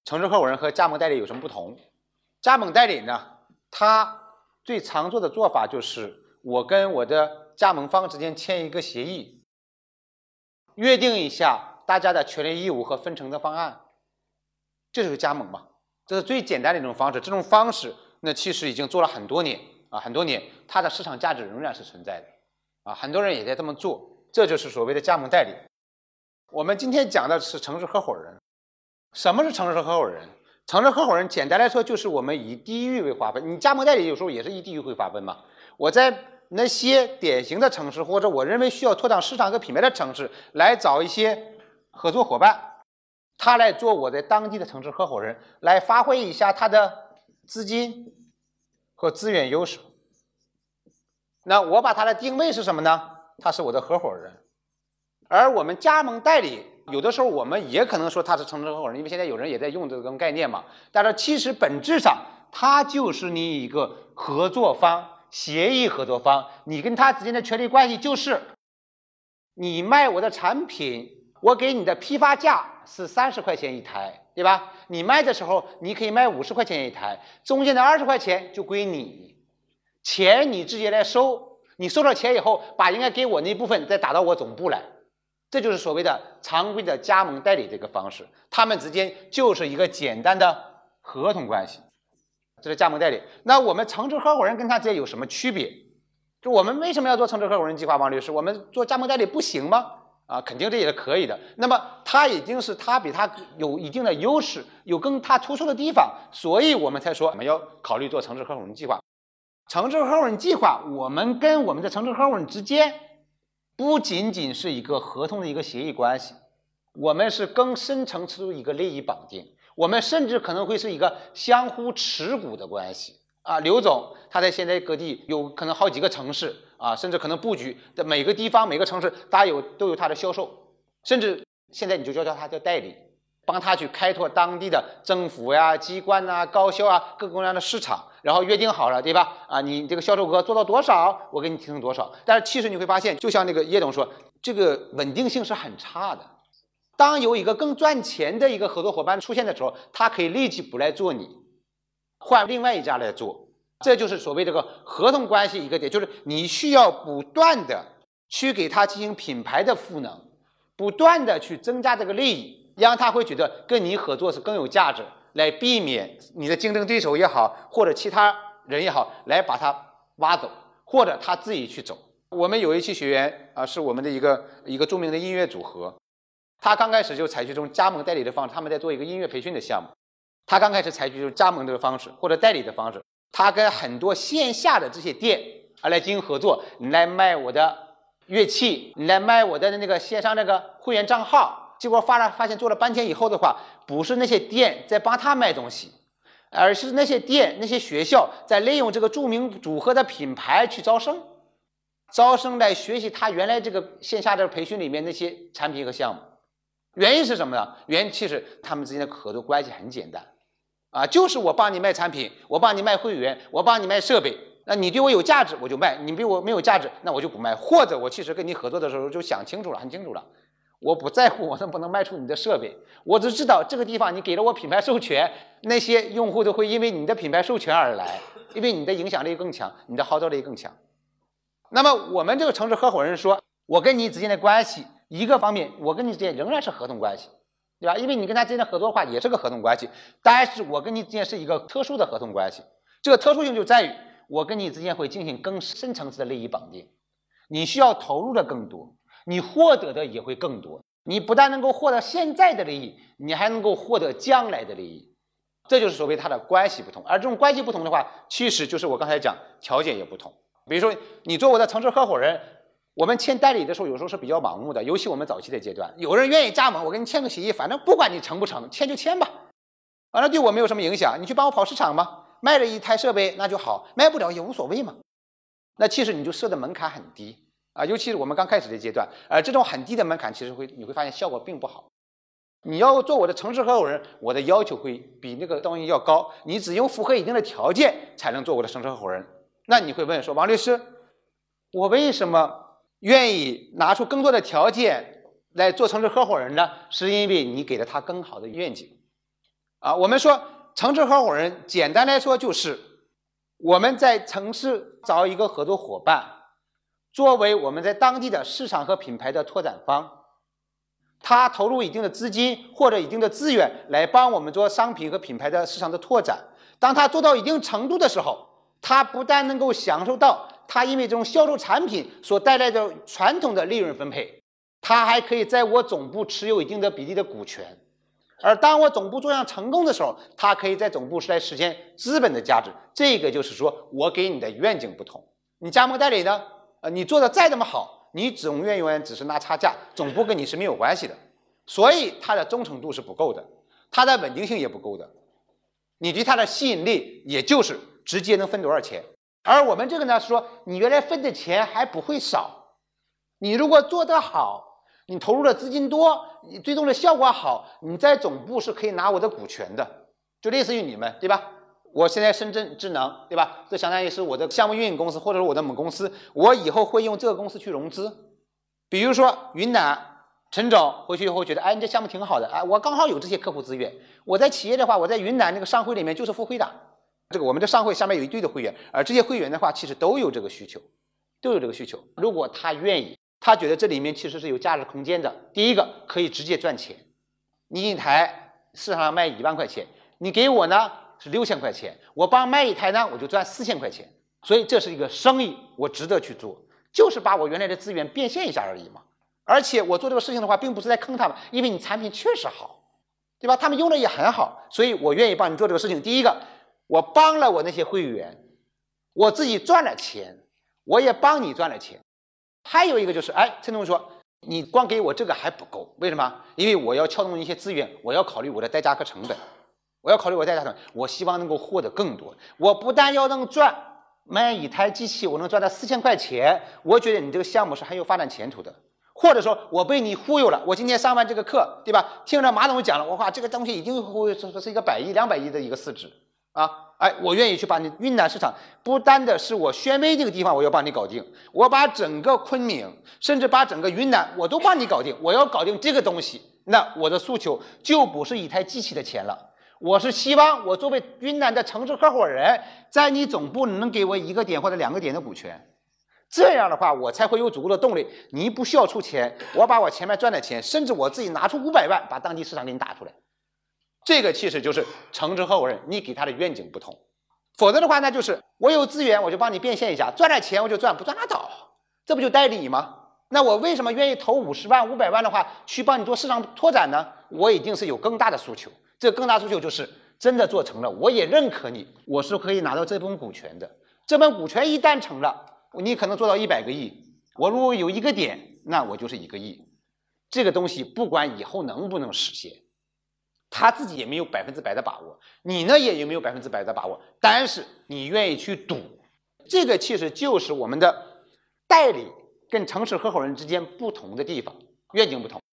城市合伙人和加盟代理有什么不同？加盟代理呢，他最常做的做法就是我跟我的加盟方之间签一个协议，约定一下大家的权利义务和分成的方案，这就是加盟嘛。这是最简单的一种方式。这种方式那其实已经做了很多年啊，很多年，它的市场价值仍然是存在的啊，很多人也在这么做，这就是所谓的加盟代理。我们今天讲的是城市合伙人。什么是城市合伙人？城市合伙人简单来说就是我们以地域为划分，你加盟代理有时候也是以地域为划分嘛。我在那些典型的城市，或者我认为需要拓展市场和品牌的城市，来找一些合作伙伴，他来做我在当地的城市合伙人，来发挥一下他的资金和资源优势。那我把他的定位是什么呢？他是我的合伙人。而我们加盟代理有的时候我们也可能说他是城市合伙人，因为现在有人也在用这个概念嘛。但是其实本质上他就是你一个合作方，协议合作方，你跟他之间的权利关系就是你卖我的产品，我给你的批发价是30块钱一台，对吧？你卖的时候你可以卖50块钱一台，中间的20块钱就归你，钱你直接来收，你收了钱以后把应该给我那部分再打到我总部来。这就是所谓的常规的加盟代理这个方式，他们之间就是一个简单的合同关系，这是加盟代理。那我们城市合伙人跟他之间有什么区别？就我们为什么要做城市合伙人计划？王律师，我们做加盟代理不行吗？啊，肯定这也是可以的。那么他已经是他比他有一定的优势，有更他突出的地方，所以我们才说我们要考虑做城市合伙人计划。城市合伙人计划，我们跟我们的城市合伙人之间不仅仅是一个合同的一个协议关系，我们是更深层次的一个利益绑定，我们甚至可能会是一个相互持股的关系啊。刘总他在现在各地有可能好几个城市啊，甚至可能布局的每个地方每个城市，大家都有他的销售，甚至现在你就叫他叫代理，帮他去开拓当地的政府呀、机关啊、高校啊各种各样的市场。然后约定好了，对吧？啊，你这个销售额做到多少，我给你提成多少。但是其实你会发现，就像那个叶董说，这个稳定性是很差的。当有一个更赚钱的一个合作伙伴出现的时候，他可以立即不来做你，换另外一家来做。这就是所谓这个合同关系一个点，就是你需要不断的去给他进行品牌的赋能，不断的去增加这个利益，让他会觉得跟你合作是更有价值。来避免你的竞争对手也好，或者其他人也好，来把他挖走，或者他自己去走。我们有一期学员啊，是我们的一个著名的音乐组合，他刚开始就采取这种加盟代理的方式，他们在做一个音乐培训的项目。他刚开始采取这种加盟的方式或者代理的方式，他跟很多线下的这些店啊来进行合作，你来卖我的乐器，你来卖我的那个线上那个会员账号。结果发现做了半天以后的话，不是那些店在帮他卖东西，而是那些店、那些学校在利用这个著名组合的品牌去招生来学习他原来这个线下的培训里面那些产品和项目。原因是什么呢？原因其实他们之间的合作关系很简单啊，就是我帮你卖产品，我帮你卖会员，我帮你卖设备。那你对我有价值我就卖，你对我没有价值那我就不卖。或者我其实跟你合作的时候就想清楚了，很清楚了。我不在乎我能不能卖出你的设备，我只知道这个地方你给了我品牌授权，那些用户都会因为你的品牌授权而来，因为你的影响力更强，你的号召力更强。那么我们这个城市合伙人说，我跟你之间的关系，一个方面我跟你之间仍然是合同关系，对吧？因为你跟他之间的合作的话也是个合同关系，但是我跟你之间是一个特殊的合同关系。这个特殊性就在于我跟你之间会进行更深层次的利益绑定，你需要投入的更多，你获得的也会更多。你不但能够获得现在的利益，你还能够获得将来的利益。这就是所谓它的关系不同。而这种关系不同的话，其实就是我刚才讲条件也不同。比如说你做我的城市合伙人，我们签代理的时候有时候是比较盲目的，尤其我们早期的阶段，有人愿意加盟，我跟你签个协议，反正不管你成不成，签就签吧，反正对我没有什么影响，你去帮我跑市场吧，卖了一台设备那就好，卖不了也无所谓嘛。那其实你就设的门槛很低啊，尤其是我们刚开始的阶段，这种很低的门槛其实你会发现效果并不好。你要做我的城市合伙人，我的要求会比那个东西要高，你只有符合一定的条件才能做我的城市合伙人。那你会问说，王律师，我为什么愿意拿出更多的条件来做城市合伙人呢？是因为你给了他更好的愿景。 我们说城市合伙人，简单来说就是我们在城市找一个合作伙伴，作为我们在当地的市场和品牌的拓展方，他投入一定的资金或者一定的资源来帮我们做商品和品牌的市场的拓展。当他做到一定程度的时候，他不但能够享受到他因为这种销售产品所带来的传统的利润分配，他还可以在我总部持有一定的比例的股权。而当我总部做项成功的时候，他可以在总部来实现资本的价值。这个就是说我给你的愿景不同。你加盟代理呢，你做的再怎么好，你永远只是拿差价，总部跟你是没有关系的，所以它的忠诚度是不够的，它的稳定性也不够的，你对它的吸引力也就是直接能分多少钱。而我们这个呢，是说你原来分的钱还不会少，你如果做得好，你投入的资金多，你最终的效果好，你在总部是可以拿我的股权的，就类似于你们，对吧？我现在深圳智能，对吧？这相当于是我的项目运营公司或者是我的母公司，我以后会用这个公司去融资。比如说云南陈总回去以后觉得，你这项目挺好的，我刚好有这些客户资源。我在企业的话，我在云南那个商会里面就是副会长，这个我们的商会下面有一堆的会员，而这些会员的话，其实都有这个需求，如果他愿意，他觉得这里面其实是有价值空间的。第一个可以直接赚钱，你一台市场上卖1万块钱，你给我呢是6000块钱，我帮卖一台呢，我就赚4000块钱，所以这是一个生意，我值得去做，就是把我原来的资源变现一下而已嘛。而且我做这个事情的话，并不是在坑他们，因为你产品确实好，对吧？他们用的也很好，所以我愿意帮你做这个事情。第一个，我帮了我那些会员，我自己赚了钱，我也帮你赚了钱。还有一个就是，陈总说你光给我这个还不够，为什么？因为我要撬动一些资源，我要考虑我的代价和成本，我希望能够获得更多。我不但要能赚，卖一台机器我能赚到4000块钱，我觉得你这个项目是很有发展前途的。或者说我被你忽悠了，我今天上完这个课，对吧？听着马总讲了，我靠，这个东西一定会是一个100亿、200亿的一个市值啊！我愿意去把你云南市场，不单的是我宣威这个地方我要帮你搞定，我把整个昆明，甚至把整个云南我都帮你搞定。我要搞定这个东西，那我的诉求就不是一台机器的钱了，我是希望我作为云南的城市合伙人，在你总部能给我1个点或者2个点的股权。这样的话，我才会有足够的动力。你不需要出钱，我把我前面赚的钱，甚至我自己拿出500万，把当地市场给你打出来。这个其实就是城市合伙人，你给他的愿景不同。否则的话呢，就是我有资源，我就帮你变现一下，赚点钱我就赚，不赚拉倒，这不就代理吗？那我为什么愿意投50万、500万的话去帮你做市场拓展呢？我一定是有更大的诉求。这个更大诉求就是真的做成了，我也认可你，我是可以拿到这部分股权的。这份股权一旦成了，你可能做到100个亿，我如果有1个点，那我就是1个亿。这个东西不管以后能不能实现，他自己也没有100%的把握，你呢也没有100%的把握，但是你愿意去赌，这个其实就是我们的代理跟城市合伙人之间不同的地方，愿景不同。